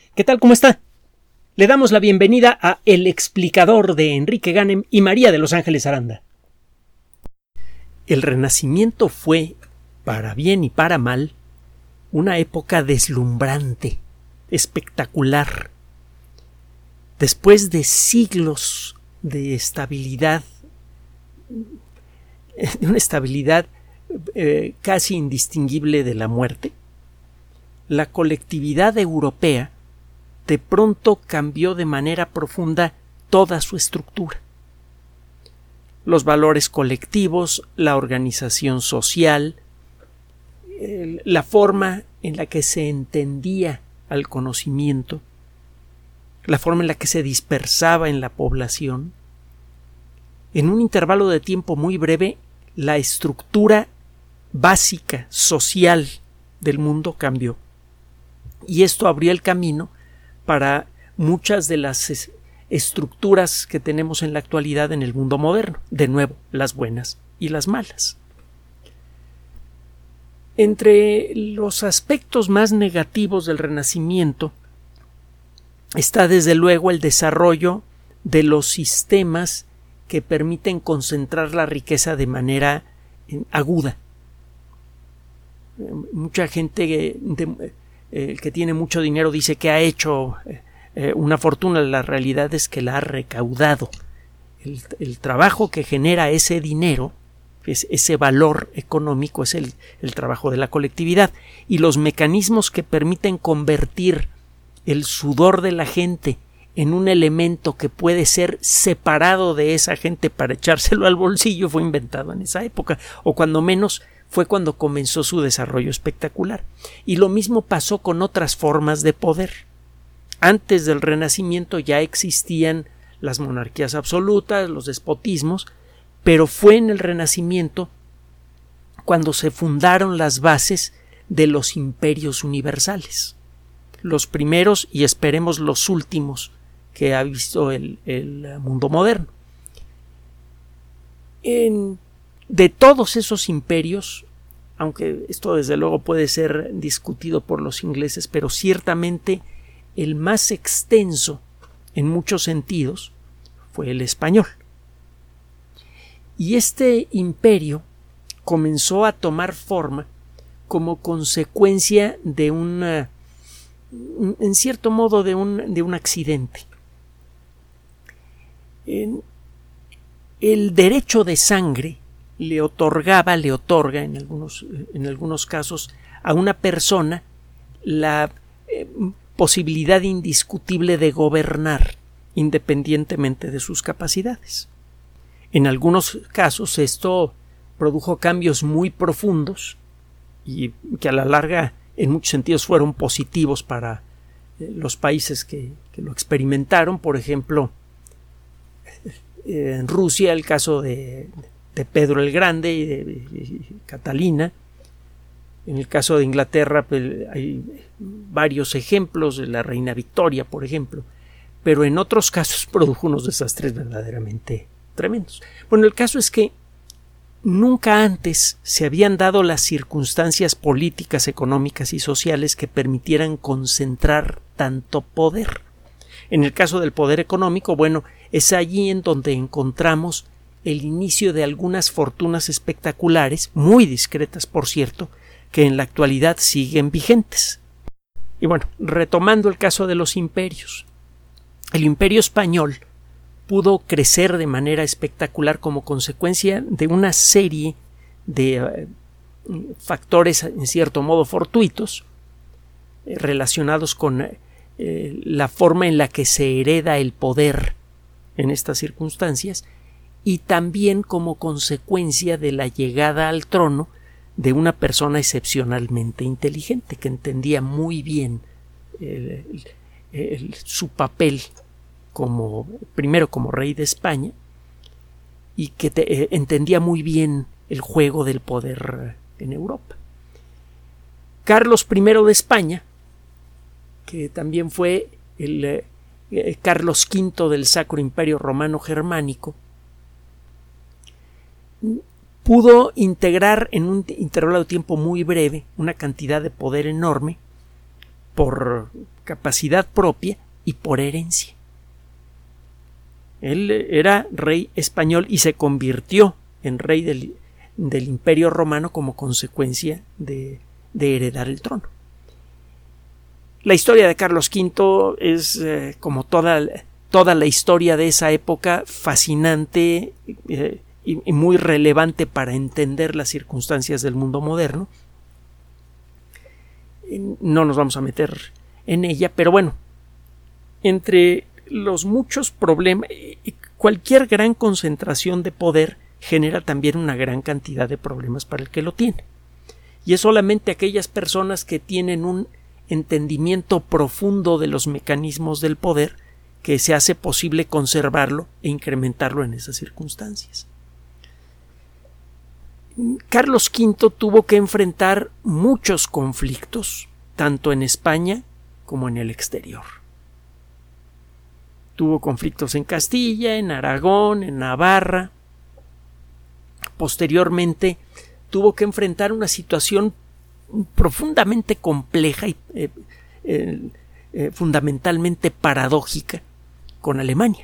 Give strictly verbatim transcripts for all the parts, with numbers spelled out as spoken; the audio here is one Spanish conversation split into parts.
¿Qué tal? ¿Cómo está? Le damos la bienvenida a El Explicador de Enrique Ganem y María de Los Ángeles Aranda. El Renacimiento fue, para bien y para mal, una época deslumbrante, espectacular. Después de siglos de estabilidad, de una estabilidad eh, casi indistinguible de la muerte, la colectividad europea de pronto cambió de manera profunda toda su estructura. Los valores colectivos, la organización social, el, la forma en la que se entendía al conocimiento, la forma en la que se dispersaba en la población. En un intervalo de tiempo muy breve, la estructura básica, social del mundo cambió. Y esto abrió el camino para muchas de las estructuras que tenemos en la actualidad en el mundo moderno, de nuevo, las buenas y las malas. Entre los aspectos más negativos del Renacimiento está desde luego el desarrollo de los sistemas que permiten concentrar la riqueza de manera aguda. Mucha gente que, de, eh, que tiene mucho dinero dice que ha hecho eh, una fortuna. La realidad es que la ha recaudado. El, el trabajo que genera ese dinero, es, ese valor económico, es el, el trabajo de la colectividad. Y los mecanismos que permiten convertir el sudor de la gente en un elemento que puede ser separado de esa gente para echárselo al bolsillo fue inventado en esa época, o cuando menos fue cuando comenzó su desarrollo espectacular. Y lo mismo pasó con otras formas de poder. Antes del Renacimiento ya existían las monarquías absolutas, los despotismos, pero fue en el Renacimiento cuando se fundaron las bases de los imperios universales. Los primeros y esperemos los últimos que ha visto el, el mundo moderno. En, de todos esos imperios, aunque esto desde luego puede ser discutido por los ingleses, pero ciertamente el más extenso en muchos sentidos fue el español. Y este imperio comenzó a tomar forma como consecuencia de una, en cierto modo, de un, de un accidente. En el derecho de sangre le otorgaba, le otorga en algunos, en algunos casos a una persona la eh, posibilidad indiscutible de gobernar independientemente de sus capacidades. En algunos casos esto produjo cambios muy profundos y que a la larga en muchos sentidos fueron positivos para eh, los países que, que lo experimentaron. Por ejemplo, en Rusia el caso de, de Pedro el Grande y de, de Catalina. En el caso de Inglaterra pues, hay varios ejemplos, de la reina Victoria, por ejemplo, pero en otros casos produjo unos desastres verdaderamente tremendos. Bueno, el caso es que nunca antes se habían dado las circunstancias políticas, económicas y sociales que permitieran concentrar tanto poder. En el caso del poder económico, bueno, es allí en donde encontramos el inicio de algunas fortunas espectaculares, muy discretas por cierto, que en la actualidad siguen vigentes. Y bueno, retomando el caso de los imperios. El imperio español pudo crecer de manera espectacular como consecuencia de una serie de uh, factores en cierto modo fortuitos eh, relacionados con eh, la forma en la que se hereda el poder en estas circunstancias y también como consecuencia de la llegada al trono de una persona excepcionalmente inteligente que entendía muy bien el, el, el, su papel como primero como rey de España y que te, eh, entendía muy bien el juego del poder en Europa. Carlos primero de España, que también fue el eh, Carlos quinto del Sacro Imperio Romano Germánico, pudo integrar en un intervalo de tiempo muy breve una cantidad de poder enorme por capacidad propia y por herencia. Él era rey español y se convirtió en rey del, del Imperio Romano como consecuencia de, de heredar el trono. La historia de Carlos quinto es, eh, como toda, toda la historia de esa época, fascinante eh, y, y muy relevante para entender las circunstancias del mundo moderno. No nos vamos a meter en ella, pero bueno, entre los muchos problemas, cualquier gran concentración de poder genera también una gran cantidad de problemas para el que lo tiene. Y es solamente aquellas personas que tienen un entendimiento profundo de los mecanismos del poder que se hace posible conservarlo e incrementarlo en esas circunstancias. Carlos quinto tuvo que enfrentar muchos conflictos, tanto en España como en el exterior. Tuvo conflictos en Castilla, en Aragón, en Navarra. Posteriormente tuvo que enfrentar una situación profundamente compleja y eh, eh, eh, fundamentalmente paradójica con Alemania.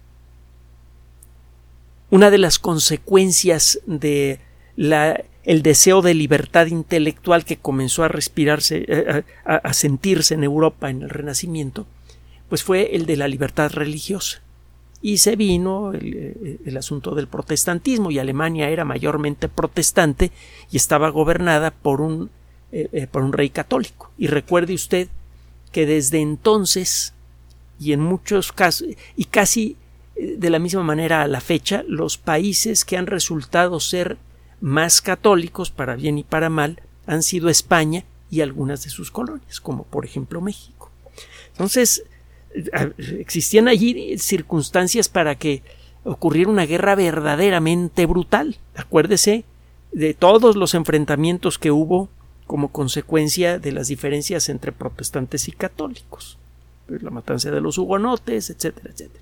Una de las consecuencias de la, el deseo de libertad intelectual que comenzó a respirarse, eh, a, a sentirse en Europa en el Renacimiento, pues fue el de la libertad religiosa. Y se vino el, el asunto del protestantismo, y Alemania era mayormente protestante y estaba gobernada por un, eh, por un rey católico. Y recuerde usted que desde entonces, y en muchos casos, y casi de la misma manera a la fecha, los países que han resultado ser más católicos, para bien y para mal, han sido España y algunas de sus colonias, como por ejemplo México. Entonces, existían allí circunstancias para que ocurriera una guerra verdaderamente brutal. Acuérdese de todos los enfrentamientos que hubo como consecuencia de las diferencias entre protestantes y católicos, la matanza de los hugonotes, etcétera, etcétera.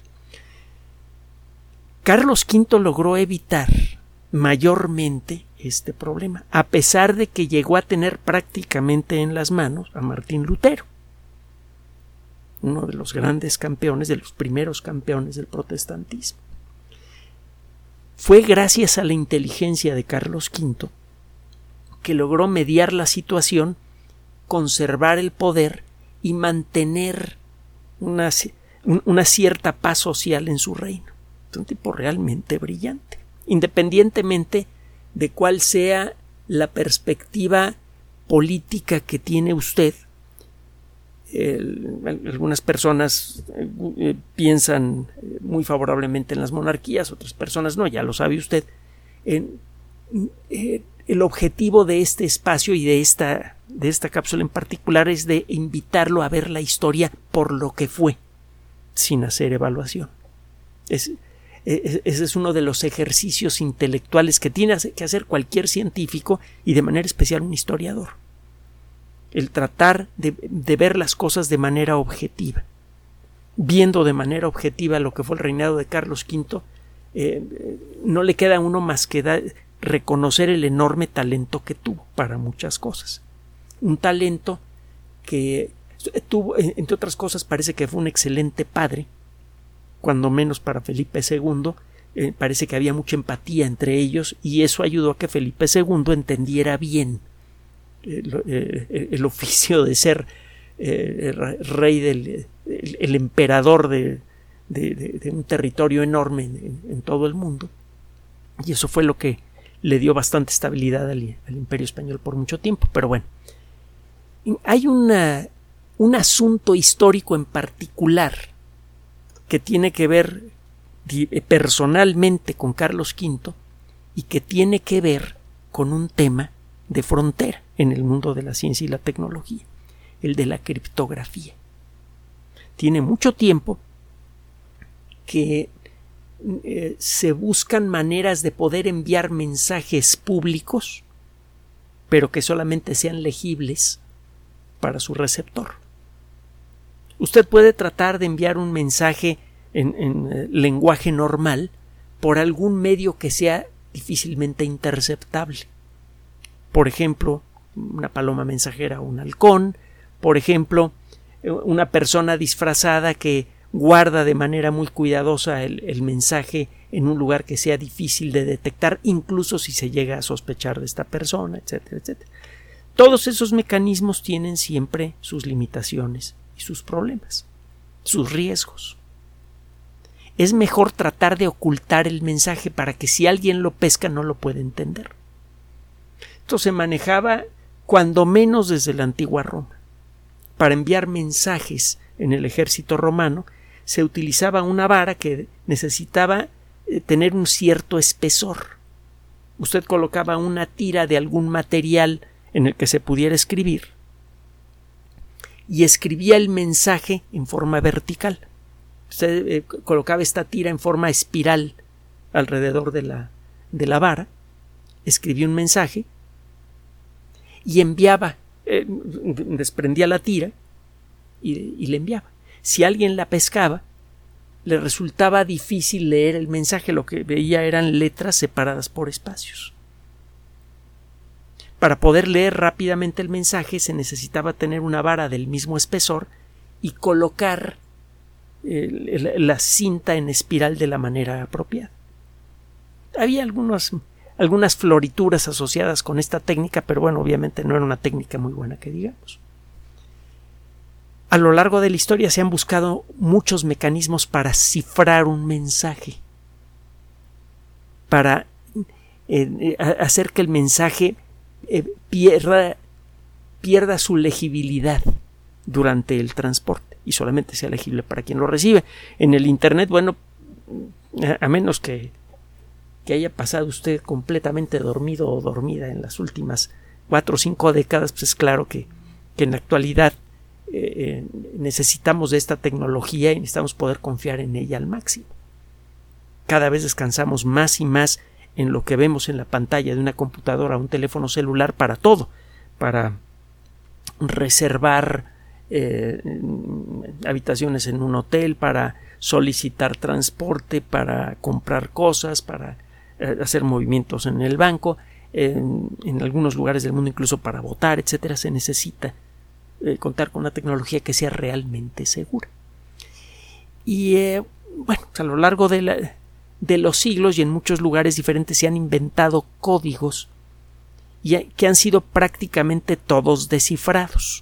Carlos quinto logró evitar mayormente este problema, a pesar de que llegó a tener prácticamente en las manos a Martín Lutero, uno de los grandes campeones, de los primeros campeones del protestantismo. Fue gracias a la inteligencia de Carlos quinto que logró mediar la situación, conservar el poder y mantener una, una cierta paz social en su reino. Es un tipo realmente brillante, independientemente de cuál sea la perspectiva política que tiene usted. El, algunas personas eh, piensan muy favorablemente en las monarquías, otras personas no, ya lo sabe usted. En, eh, el objetivo de este espacio y de esta, de esta cápsula en particular es de invitarlo a ver la historia por lo que fue, sin hacer evaluación. Es, es, ese es uno de los ejercicios intelectuales que tiene que hacer cualquier científico y de manera especial un historiador. El tratar de, de ver las cosas de manera objetiva. Viendo de manera objetiva lo que fue el reinado de Carlos quinto, eh, no le queda a uno más que da, reconocer el enorme talento que tuvo para muchas cosas. Un talento que tuvo, entre otras cosas, parece que fue un excelente padre, cuando menos para Felipe segundo. Eh, parece que había mucha empatía entre ellos y eso ayudó a que Felipe segundo entendiera bien El, el, el oficio de ser eh, rey del el, el emperador de, de, de, de un territorio enorme en, en todo el mundo, y eso fue lo que le dio bastante estabilidad al, al Imperio Español por mucho tiempo. Pero bueno, hay una, un asunto histórico en particular que tiene que ver personalmente con Carlos quinto y que tiene que ver con un tema de frontera en el mundo de la ciencia y la tecnología, el de la criptografía. Tiene mucho tiempo que eh, se buscan maneras de poder enviar mensajes públicos, pero que solamente sean legibles para su receptor. Usted puede tratar de enviar un mensaje en, en eh, lenguaje normal por algún medio que sea difícilmente interceptable. Por ejemplo, una paloma mensajera o un halcón, por ejemplo, una persona disfrazada que guarda de manera muy cuidadosa el, el mensaje en un lugar que sea difícil de detectar, incluso si se llega a sospechar de esta persona, etcétera, etcétera. Todos esos mecanismos tienen siempre sus limitaciones y sus problemas, sus riesgos. Es mejor tratar de ocultar el mensaje para que si alguien lo pesca no lo pueda entender. Esto se manejaba cuando menos desde la antigua Roma. Para enviar mensajes en el ejército romano se utilizaba una vara que necesitaba tener un cierto espesor. Usted colocaba una tira de algún material en el que se pudiera escribir y escribía el mensaje en forma vertical. Usted eh, colocaba esta tira en forma espiral alrededor de la, de la vara, escribía un mensaje y enviaba, eh, desprendía la tira y, y le enviaba. Si alguien la pescaba, le resultaba difícil leer el mensaje, lo que veía eran letras separadas por espacios. Para poder leer rápidamente el mensaje se necesitaba tener una vara del mismo espesor y colocar eh, la cinta en espiral de la manera apropiada. Había algunos, algunas florituras asociadas con esta técnica, pero bueno, obviamente no era una técnica muy buena que digamos. A lo largo de la historia se han buscado muchos mecanismos para cifrar un mensaje, para eh, hacer que el mensaje eh, pierda, pierda su legibilidad durante el transporte y solamente sea legible para quien lo recibe. En el Internet, bueno, a, a menos que, que haya pasado usted completamente dormido o dormida en las últimas cuatro o cinco décadas, pues es claro que, que en la actualidad Eh, necesitamos de esta tecnología y necesitamos poder confiar en ella al máximo. Cada vez descansamos más y más en lo que vemos en la pantalla de una computadora o un teléfono celular para todo, para reservar eh, habitaciones en un hotel, para solicitar transporte, para comprar cosas, para eh, hacer movimientos en el banco, eh, en algunos lugares del mundo incluso para votar, etcétera. Se necesita Eh, contar con una tecnología que sea realmente segura. Y eh, bueno, a lo largo de, la, de los siglos y en muchos lugares diferentes se han inventado códigos y a, que han sido prácticamente todos descifrados.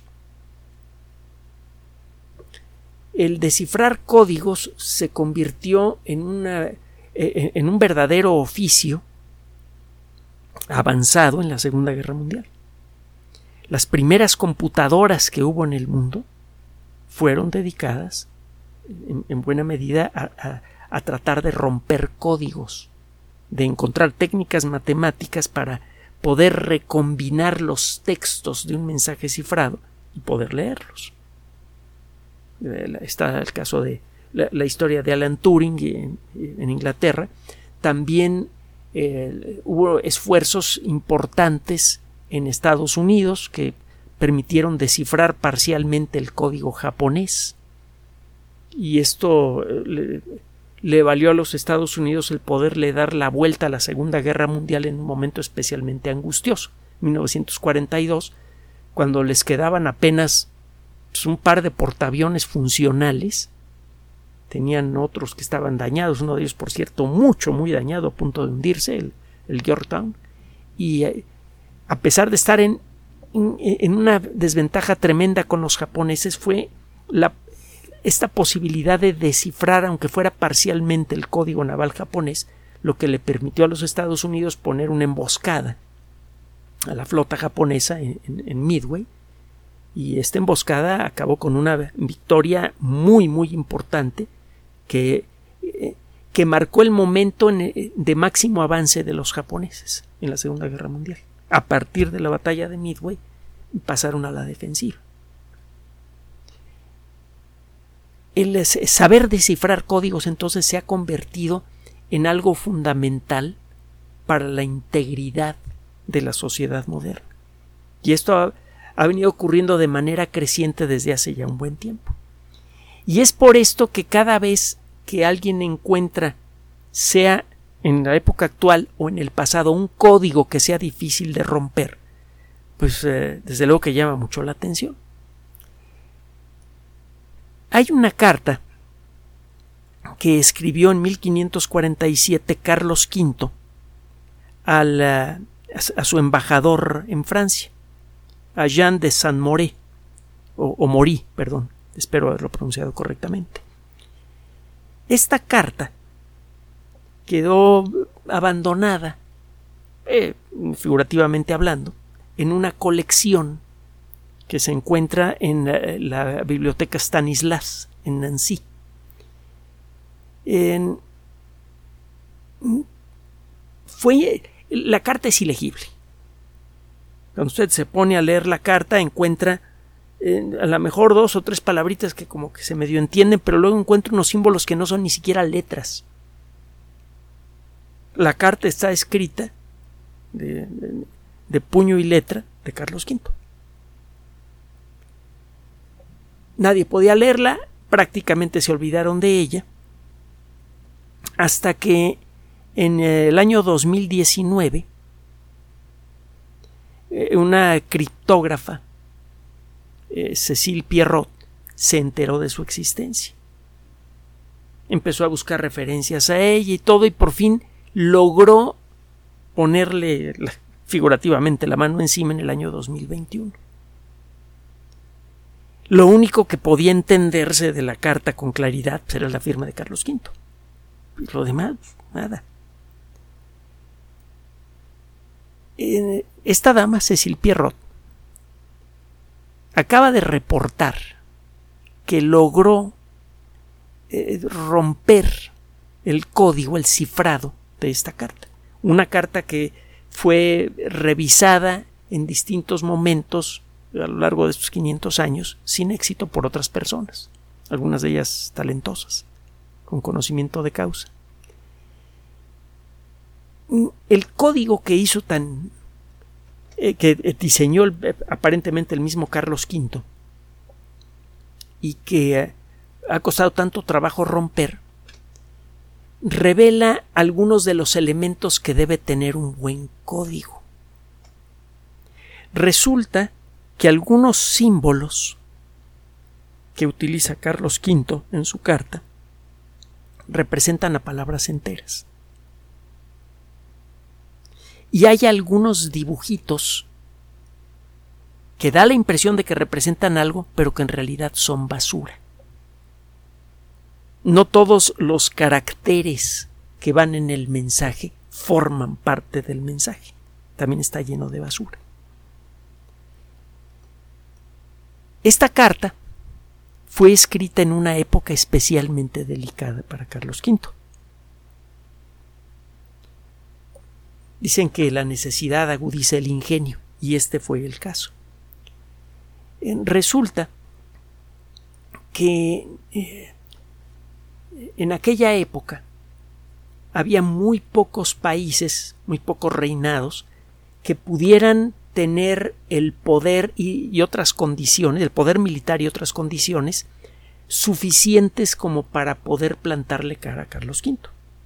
El descifrar códigos se convirtió en, una, eh, en un verdadero oficio avanzado en la Segunda Guerra Mundial. Las primeras computadoras que hubo en el mundo fueron dedicadas en, en buena medida a, a, a tratar de romper códigos, de encontrar técnicas matemáticas para poder recombinar los textos de un mensaje cifrado y poder leerlos. Está el caso de la, la historia de Alan Turing en, en Inglaterra. También eh, hubo esfuerzos importantes en Estados Unidos que permitieron descifrar parcialmente el código japonés, y esto le, le valió a los Estados Unidos el poderle dar la vuelta a la Segunda Guerra Mundial en un momento especialmente angustioso, mil novecientos cuarenta y dos, cuando les quedaban apenas pues, un par de portaaviones funcionales. Tenían otros que estaban dañados, uno de ellos por cierto mucho, muy dañado, a punto de hundirse, el, el Yorktown, y eh, a pesar de estar en, en, en una desventaja tremenda con los japoneses, fue la, esta posibilidad de descifrar, aunque fuera parcialmente, el código naval japonés, lo que le permitió a los Estados Unidos poner una emboscada a la flota japonesa en, en, en Midway, y esta emboscada acabó con una victoria muy muy importante que, eh, que marcó el momento en, de máximo avance de los japoneses en la Segunda Guerra Mundial. A partir de la batalla de Midway pasaron a la defensiva. El saber descifrar códigos entonces se ha convertido en algo fundamental para la integridad de la sociedad moderna. Y esto ha, ha venido ocurriendo de manera creciente desde hace ya un buen tiempo. Y es por esto que cada vez que alguien encuentra, sea en la época actual o en el pasado, un código que sea difícil de romper, pues eh, desde luego que llama mucho la atención. Hay una carta que escribió en mil quinientos cuarenta y siete Carlos quinto al, a, a su embajador en Francia, a Jean de Saint-Maurice, o, o Maury, perdón, espero haberlo pronunciado correctamente. Esta carta quedó abandonada, eh, figurativamente hablando, en una colección que se encuentra en la, la biblioteca Stanislas en Nancy. En, fue, la carta es ilegible. Cuando usted se pone a leer la carta, encuentra eh, a lo mejor dos o tres palabritas que como que se medio entienden, pero luego encuentra unos símbolos que no son ni siquiera letras. La carta está escrita de, de, de puño y letra de Carlos quinto. Nadie podía leerla, prácticamente se olvidaron de ella, hasta que en el año dos mil diecinueve una criptógrafa, eh, Cécile Pierrot, se enteró de su existencia. Empezó a buscar referencias a ella y todo, y por fin logró ponerle la, figurativamente la mano encima en el año dos mil veintiuno. Lo único que podía entenderse de la carta con claridad pues, era la firma de Carlos quinto. Y lo demás, nada. Esta dama, Cécile Pierrot, acaba de reportar que logró eh, romper el código, el cifrado de esta carta. Una carta que fue revisada en distintos momentos a lo largo de estos quinientos años sin éxito por otras personas, algunas de ellas talentosas, con conocimiento de causa. El código que hizo tan eh, que diseñó el, eh, aparentemente el mismo Carlos quinto y que eh, ha costado tanto trabajo romper, revela algunos de los elementos que debe tener un buen código. Resulta que algunos símbolos que utiliza Carlos quinto en su carta representan a palabras enteras. Y hay algunos dibujitos que da la impresión de que representan algo, pero que en realidad son basura. No todos los caracteres que van en el mensaje forman parte del mensaje. También está lleno de basura. Esta carta fue escrita en una época especialmente delicada para Carlos quinto. Dicen que la necesidad agudiza el ingenio, y este fue el caso. Resulta que eh, en aquella época había muy pocos países, muy pocos reinados, que pudieran tener el poder y, y otras condiciones, el poder militar y otras condiciones suficientes como para poder plantarle cara a Carlos quinto.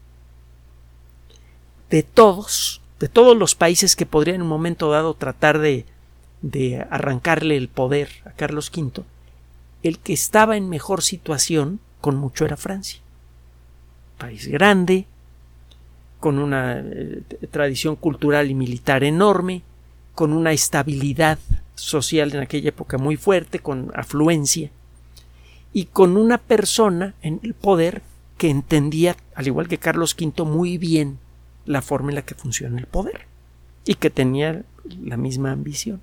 De todos, de todos los países que podrían en un momento dado tratar de, de arrancarle el poder a Carlos quinto, el que estaba en mejor situación con mucho era Francia. País grande, con una eh, tradición cultural y militar enorme, con una estabilidad social en aquella época muy fuerte, con afluencia, y con una persona en el poder que entendía, al igual que Carlos quinto, muy bien la forma en la que funciona el poder y que tenía la misma ambición.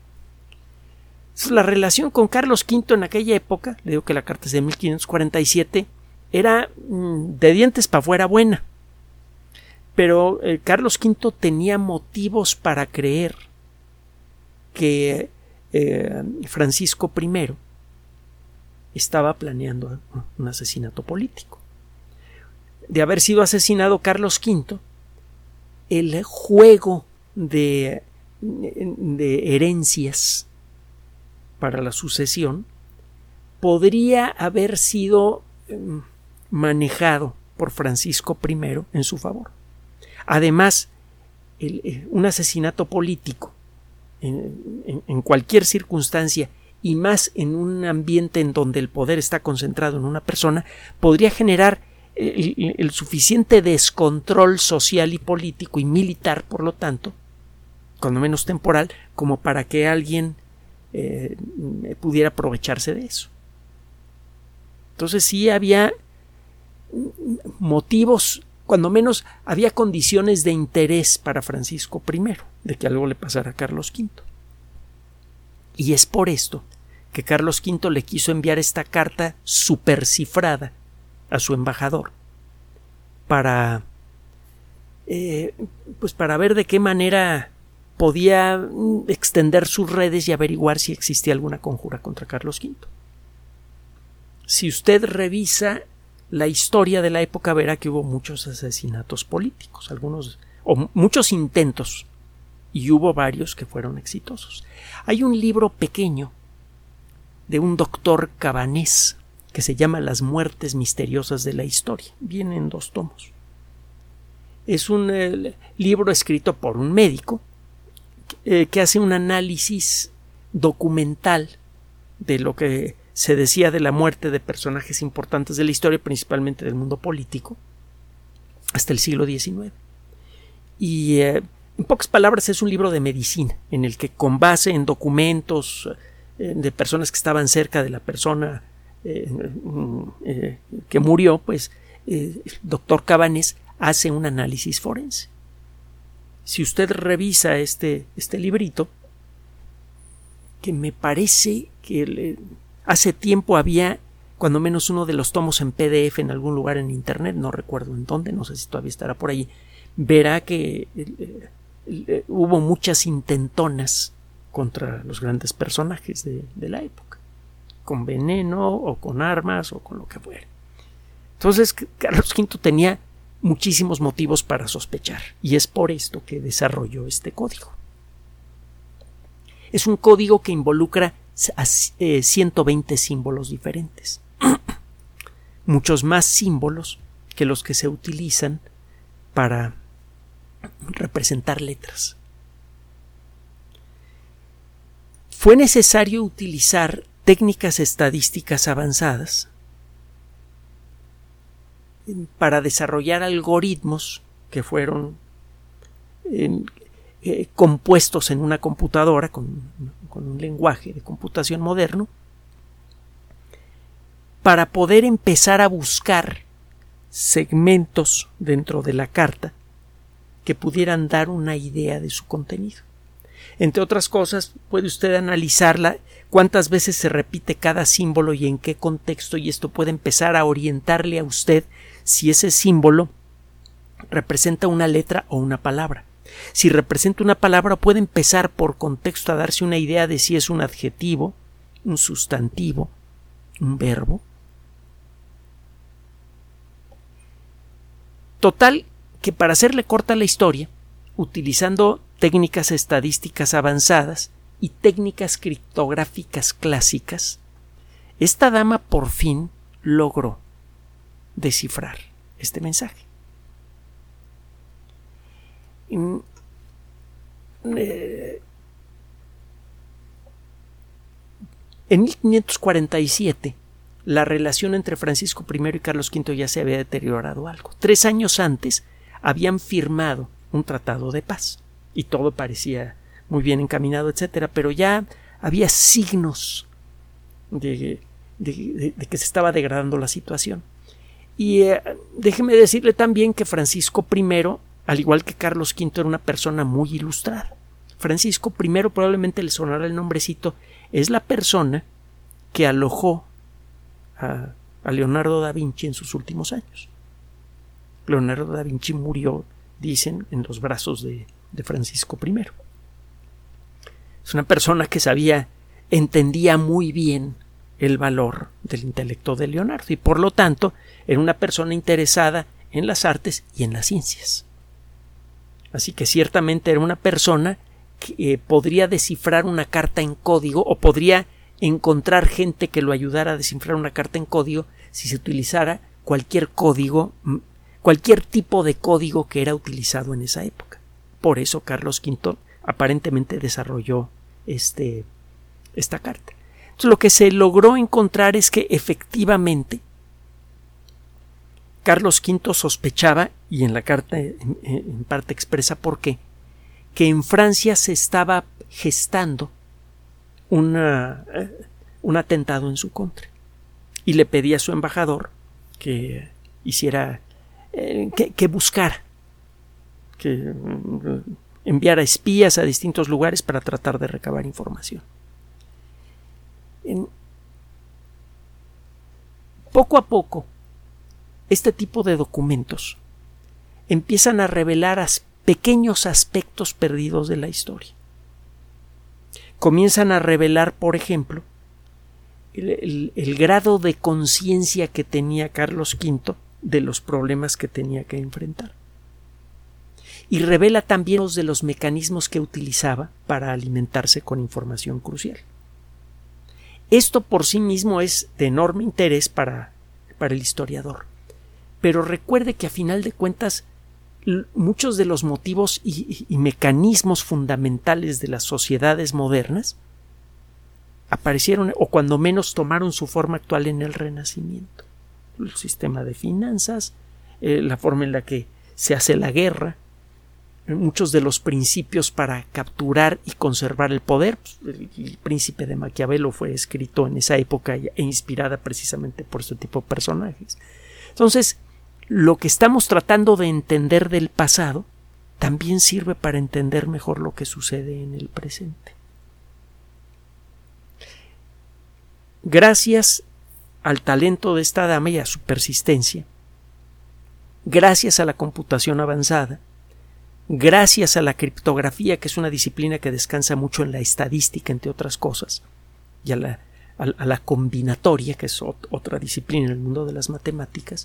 La relación con Carlos quinto en aquella época, le digo que la carta es de mil quinientos cuarenta y siete, era mmm, de dientes para afuera buena, pero eh, Carlos quinto tenía motivos para creer que eh, Francisco primero estaba planeando un asesinato político. De haber sido asesinado Carlos quinto, el juego de, de herencias para la sucesión podría haber sido eh, manejado por Francisco primero en su favor. Además, el, eh, un asesinato político en, en, en cualquier circunstancia y más en un ambiente en donde el poder está concentrado en una persona, podría generar el, el suficiente descontrol social y político y militar, por lo tanto, cuando menos temporal, como para que alguien eh, pudiera aprovecharse de eso. Entonces sí había motivos, cuando menos había condiciones de interés para Francisco primero de que algo le pasara a Carlos quinto. Y es por esto que Carlos quinto le quiso enviar esta carta supercifrada a su embajador para eh, pues para ver de qué manera podía extender sus redes y averiguar si existía alguna conjura contra Carlos quinto. Si usted revisa la historia de la época, verá que hubo muchos asesinatos políticos, algunos o muchos intentos, y hubo varios que fueron exitosos. Hay un libro pequeño de un doctor cabanés que se llama Las muertes misteriosas de la historia. Viene en dos tomos. Es un eh, libro escrito por un médico eh, que hace un análisis documental de lo que se decía de la muerte de personajes importantes de la historia, principalmente del mundo político, hasta el siglo diecinueve. Y eh, en pocas palabras es un libro de medicina, en el que con base en documentos eh, de personas que estaban cerca de la persona eh, eh, que murió, pues eh, el doctor Cabanés hace un análisis forense. Si usted revisa este, este librito, que me parece que le, hace tiempo había cuando menos uno de los tomos en P D F en algún lugar en internet, no recuerdo en dónde, no sé si todavía estará por allí, verá que eh, eh, hubo muchas intentonas contra los grandes personajes de, de la época, con veneno o con armas o con lo que fuera. Entonces Carlos quinto tenía muchísimos motivos para sospechar, y es por esto que desarrolló este código. Es un código que involucra a ciento veinte símbolos diferentes, muchos más símbolos que los que se utilizan para representar letras. Fue necesario utilizar técnicas estadísticas avanzadas para desarrollar algoritmos que fueron eh, eh, compuestos en una computadora con, con un lenguaje de computación moderno, para poder empezar a buscar segmentos dentro de la carta que pudieran dar una idea de su contenido. Entre otras cosas, puede usted analizarla, cuántas veces se repite cada símbolo y en qué contexto, y esto puede empezar a orientarle a usted si ese símbolo representa una letra o una palabra. Si representa una palabra, puede empezar por contexto a darse una idea de si es un adjetivo, un sustantivo, un verbo. Total, que para hacerle corta la historia, utilizando técnicas estadísticas avanzadas y técnicas criptográficas clásicas, esta dama por fin logró descifrar este mensaje. En mil quinientos cuarenta y siete, la relación entre Francisco primero y Carlos quinto ya se había deteriorado algo. Tres años antes habían firmado un tratado de paz y todo parecía muy bien encaminado, etcétera, pero ya había signos de, de, de, de que se estaba degradando la situación. Y eh, déjeme decirle también que Francisco primero, al igual que Carlos quinto, era una persona muy ilustrada. Francisco primero, probablemente le sonará el nombrecito, es la persona que alojó a, a Leonardo da Vinci en sus últimos años. Leonardo da Vinci murió, dicen, en los brazos de, de Francisco primero. Es una persona que sabía, entendía muy bien el valor del intelecto de Leonardo y por lo tanto era una persona interesada en las artes y en las ciencias. Así que ciertamente era una persona que eh, podría descifrar una carta en código o podría encontrar gente que lo ayudara a descifrar una carta en código si se utilizara cualquier código, cualquier tipo de código que era utilizado en esa época. Por eso Carlos quinto aparentemente desarrolló este, esta carta. Entonces, lo que se logró encontrar es que efectivamente Carlos quinto sospechaba, y en la carta en, en parte expresa por qué, que en Francia se estaba gestando una, un atentado en su contra, y le pedía a su embajador que hiciera, eh, que, que buscara, que enviara espías a distintos lugares para tratar de recabar información. En, poco a poco, este tipo de documentos empiezan a revelar as- pequeños aspectos perdidos de la historia. Comienzan a revelar, por ejemplo, el, el, el grado de conciencia que tenía Carlos quinto de los problemas que tenía que enfrentar. Y revela también los de los mecanismos que utilizaba para alimentarse con información crucial. Esto por sí mismo es de enorme interés para, para el historiador. Pero recuerde que a final de cuentas muchos de los motivos y, y, y mecanismos fundamentales de las sociedades modernas aparecieron o cuando menos tomaron su forma actual en el Renacimiento. El sistema de finanzas, eh, la forma en la que se hace la guerra, muchos de los principios para capturar y conservar el poder. El, el Príncipe de Maquiavelo fue escrito en esa época e inspirada precisamente por este tipo de personajes. Entonces, lo que estamos tratando de entender del pasado también sirve para entender mejor lo que sucede en el presente. Gracias al talento de esta dama y a su persistencia, gracias a la computación avanzada, gracias a la criptografía, que es una disciplina que descansa mucho en la estadística, entre otras cosas, y a la, a, a la combinatoria, que es ot- otra disciplina en el mundo de las matemáticas,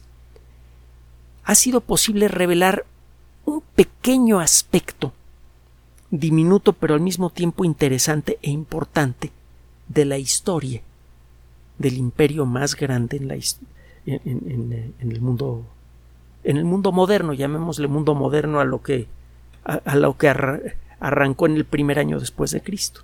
ha sido posible revelar un pequeño aspecto, diminuto pero al mismo tiempo interesante e importante, de la historia del imperio más grande en, la, en, en, en el mundo en el mundo moderno, llamémosle mundo moderno a lo que a, a lo que arra, arrancó en el primer año después de Cristo.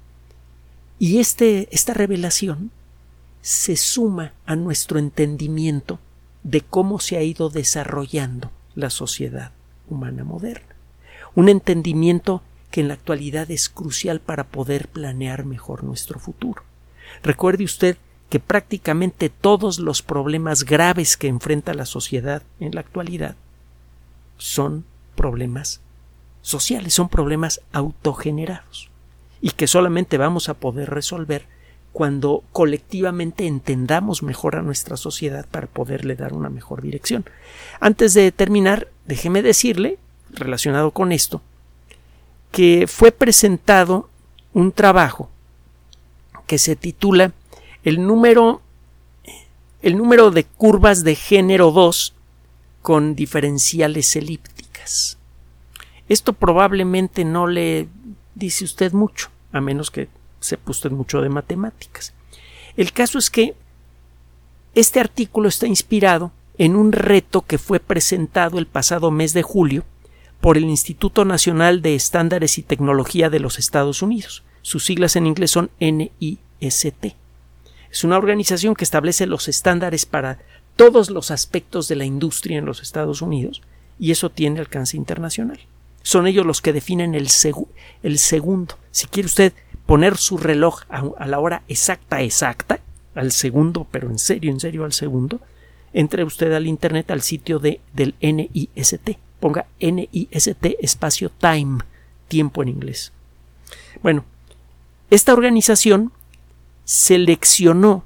Y este, esta revelación se suma a nuestro entendimiento de cómo se ha ido desarrollando la sociedad humana moderna. Un entendimiento que en la actualidad es crucial para poder planear mejor nuestro futuro. Recuerde usted que prácticamente todos los problemas graves que enfrenta la sociedad en la actualidad son problemas sociales, son problemas autogenerados y que solamente vamos a poder resolver cuando colectivamente entendamos mejor a nuestra sociedad para poderle dar una mejor dirección. Antes de terminar, déjeme decirle, relacionado con esto, que fue presentado un trabajo que se titula El número, el número de curvas de género dos con diferenciales elípticas. Esto probablemente no le dice usted mucho, a menos que sepa usted mucho de matemáticas. El caso es que este artículo está inspirado en un reto que fue presentado el pasado mes de julio por el Instituto Nacional de Estándares y Tecnología de los Estados Unidos. Sus siglas en inglés son N I S T. Es una organización que establece los estándares para todos los aspectos de la industria en los Estados Unidos y eso tiene alcance internacional. Son ellos los que definen el, segu- el segundo. Si quiere usted poner su reloj a, a la hora exacta, exacta, al segundo, pero en serio, en serio al segundo, entre usted al internet al sitio de, del N I S T. Ponga N I S T espacio time, tiempo en inglés. Bueno, esta organización seleccionó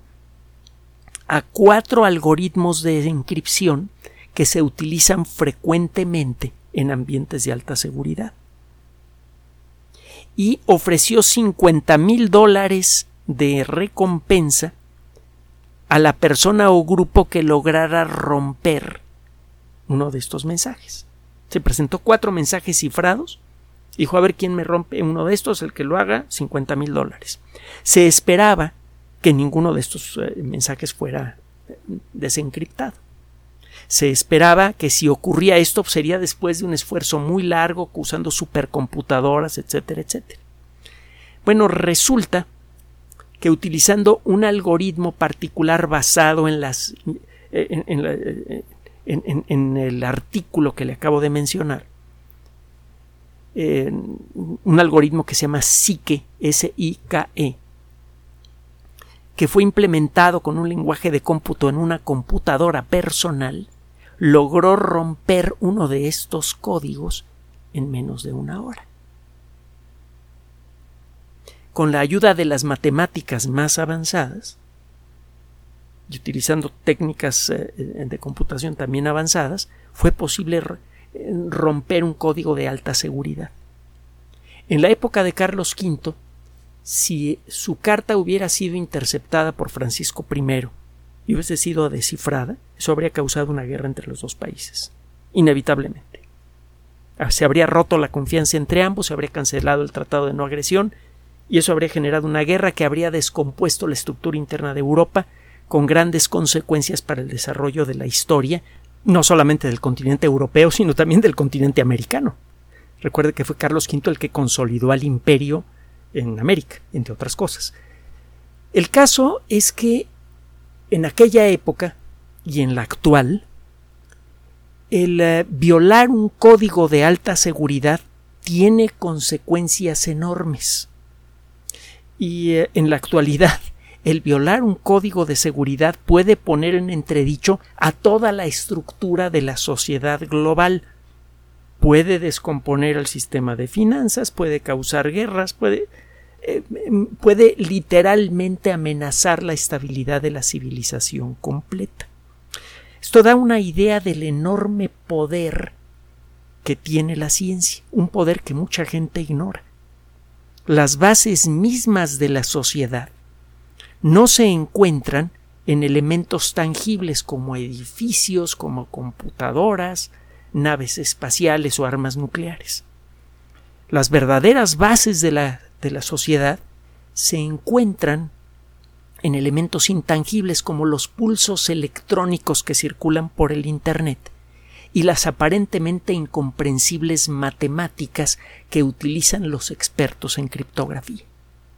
a cuatro algoritmos de encripción que se utilizan frecuentemente en ambientes de alta seguridad y ofreció cincuenta mil dólares de recompensa a la persona o grupo que lograra romper uno de estos mensajes. Se presentó cuatro mensajes cifrados. Dijo, a ver quién me rompe uno de estos, el que lo haga, cincuenta mil dólares. Se esperaba que ninguno de estos eh, mensajes fuera eh, desencriptado. Se esperaba que si ocurría esto sería después de un esfuerzo muy largo usando supercomputadoras, etcétera, etcétera. Bueno, resulta que utilizando un algoritmo particular basado en las en, en, la, en, en, en el artículo que le acabo de mencionar, eh, un algoritmo que se llama Sike, S I K E, que fue implementado con un lenguaje de cómputo en una computadora personal, logró romper uno de estos códigos en menos de una hora. Con la ayuda de las matemáticas más avanzadas y utilizando técnicas eh, de computación también avanzadas, fue posible romper un código de alta seguridad. En la época de Carlos quinto, si su carta hubiera sido interceptada por Francisco primero y hubiese sido descifrada, eso habría causado una guerra entre los dos países, inevitablemente. Se habría roto la confianza entre ambos, se habría cancelado el tratado de no agresión, y eso habría generado una guerra que habría descompuesto la estructura interna de Europa, con grandes consecuencias para el desarrollo de la historia, no solamente del continente europeo, sino también del continente americano. Recuerde que fue Carlos quinto el que consolidó al imperio en América, entre otras cosas. El caso es que en aquella época y en la actual, el uh, violar un código de alta seguridad tiene consecuencias enormes. Y uh, en la actualidad, el violar un código de seguridad puede poner en entredicho a toda la estructura de la sociedad global. Puede descomponer el sistema de finanzas, puede causar guerras, puede, eh, puede literalmente amenazar la estabilidad de la civilización completa. Esto da una idea del enorme poder que tiene la ciencia, un poder que mucha gente ignora. Las bases mismas de la sociedad no se encuentran en elementos tangibles como edificios, como computadoras, naves espaciales o armas nucleares. Las verdaderas bases de la, de la sociedad se encuentran en elementos intangibles como los pulsos electrónicos que circulan por el Internet y las aparentemente incomprensibles matemáticas que utilizan los expertos en criptografía.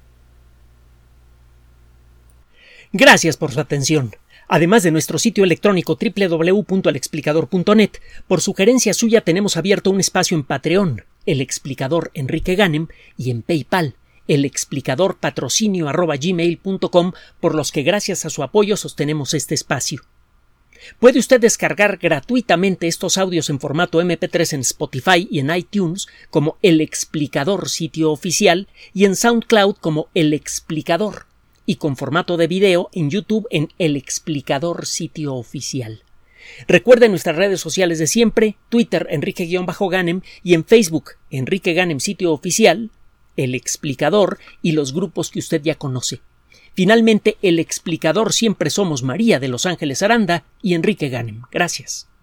Gracias por su atención. Además de nuestro sitio electrónico doble u doble u doble u punto el explicador punto net, por sugerencia suya tenemos abierto un espacio en Patreon, El Explicador Enrique Ganem, y en PayPal, el explicador patrocinio arroba gmail punto com, por los que gracias a su apoyo sostenemos este espacio. Puede usted descargar gratuitamente estos audios en formato eme pe tres en Spotify y en iTunes como El Explicador Sitio Oficial y en SoundCloud como El Explicador, y con formato de video en YouTube en El Explicador Sitio Oficial. Recuerde nuestras redes sociales de siempre, Twitter Enrique-Ganem y en Facebook Enrique Ganem Sitio Oficial, El Explicador y los grupos que usted ya conoce. Finalmente, El Explicador siempre somos María de Los Ángeles Aranda y Enrique Ganem. Gracias.